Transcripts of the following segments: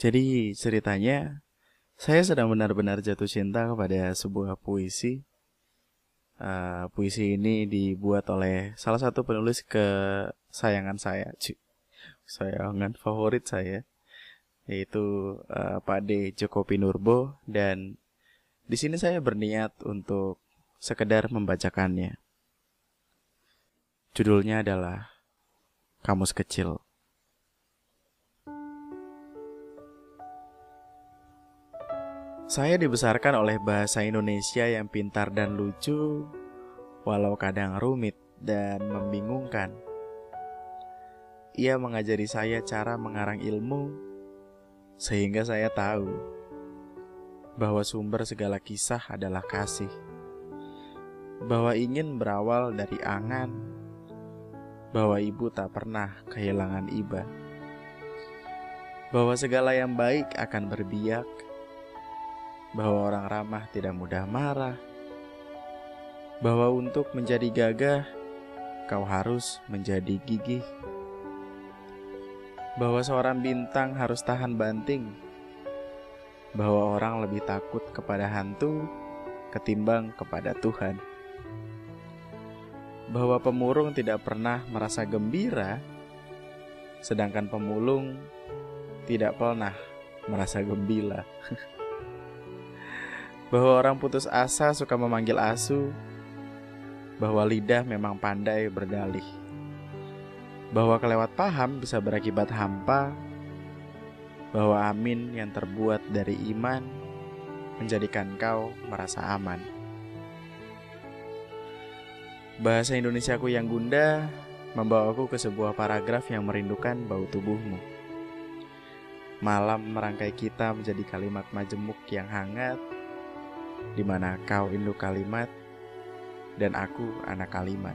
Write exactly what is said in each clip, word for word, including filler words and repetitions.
Jadi ceritanya, saya sedang benar-benar jatuh cinta kepada sebuah puisi. Eh, puisi ini dibuat oleh salah satu penulis kesayangan saya, Ci- kesayangan favorit saya, yaitu eh, Pak D. Djoko Pinurbo. Dan di sini saya berniat untuk sekedar membacakannya. Judulnya adalah Kamus Kecil. Saya dibesarkan oleh bahasa Indonesia yang pintar dan lucu, walau kadang rumit dan membingungkan. Ia mengajari saya cara mengarang ilmu, sehingga saya tahu bahwa sumber segala kisah adalah kasih, bahwa ingin berawal dari angan, bahwa ibu tak pernah kehilangan iba, bahwa segala yang baik akan berbiak, bahwa orang ramah tidak mudah marah, bahwa untuk menjadi gagah, kau harus menjadi gigih, bahwa seorang bintang harus tahan banting, bahwa orang lebih takut kepada hantu ketimbang kepada Tuhan, bahwa pemurung tidak pernah merasa gembira, sedangkan pemulung tidak pernah merasa gembira. Bahwa orang putus asa suka memanggil asu, bahwa lidah memang pandai berdalih, bahwa kelewat paham bisa berakibat hampa, bahwa amin yang terbuat dari iman menjadikan kau merasa aman. Bahasa Indonesiaku yang gundah membawaku ke sebuah paragraf yang merindukan bau tubuhmu. Malam merangkai kita menjadi kalimat majemuk yang hangat, di mana kau induk kalimat dan aku anak kalimat.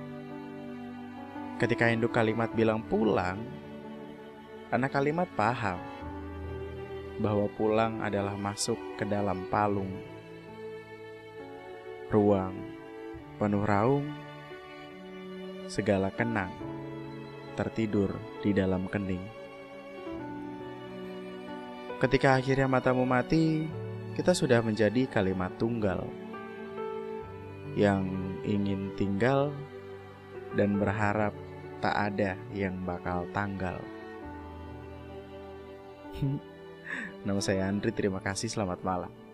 Ketika induk kalimat bilang pulang, anak kalimat paham bahwa pulang adalah masuk ke dalam palung, ruang penuh raung, segala kenang tertidur di dalam kening. Ketika akhirnya matamu mati, kita sudah menjadi kalimat tunggal yang ingin tinggal dan berharap tak ada yang bakal tanggal. Nama saya Andri, terima kasih, selamat malam.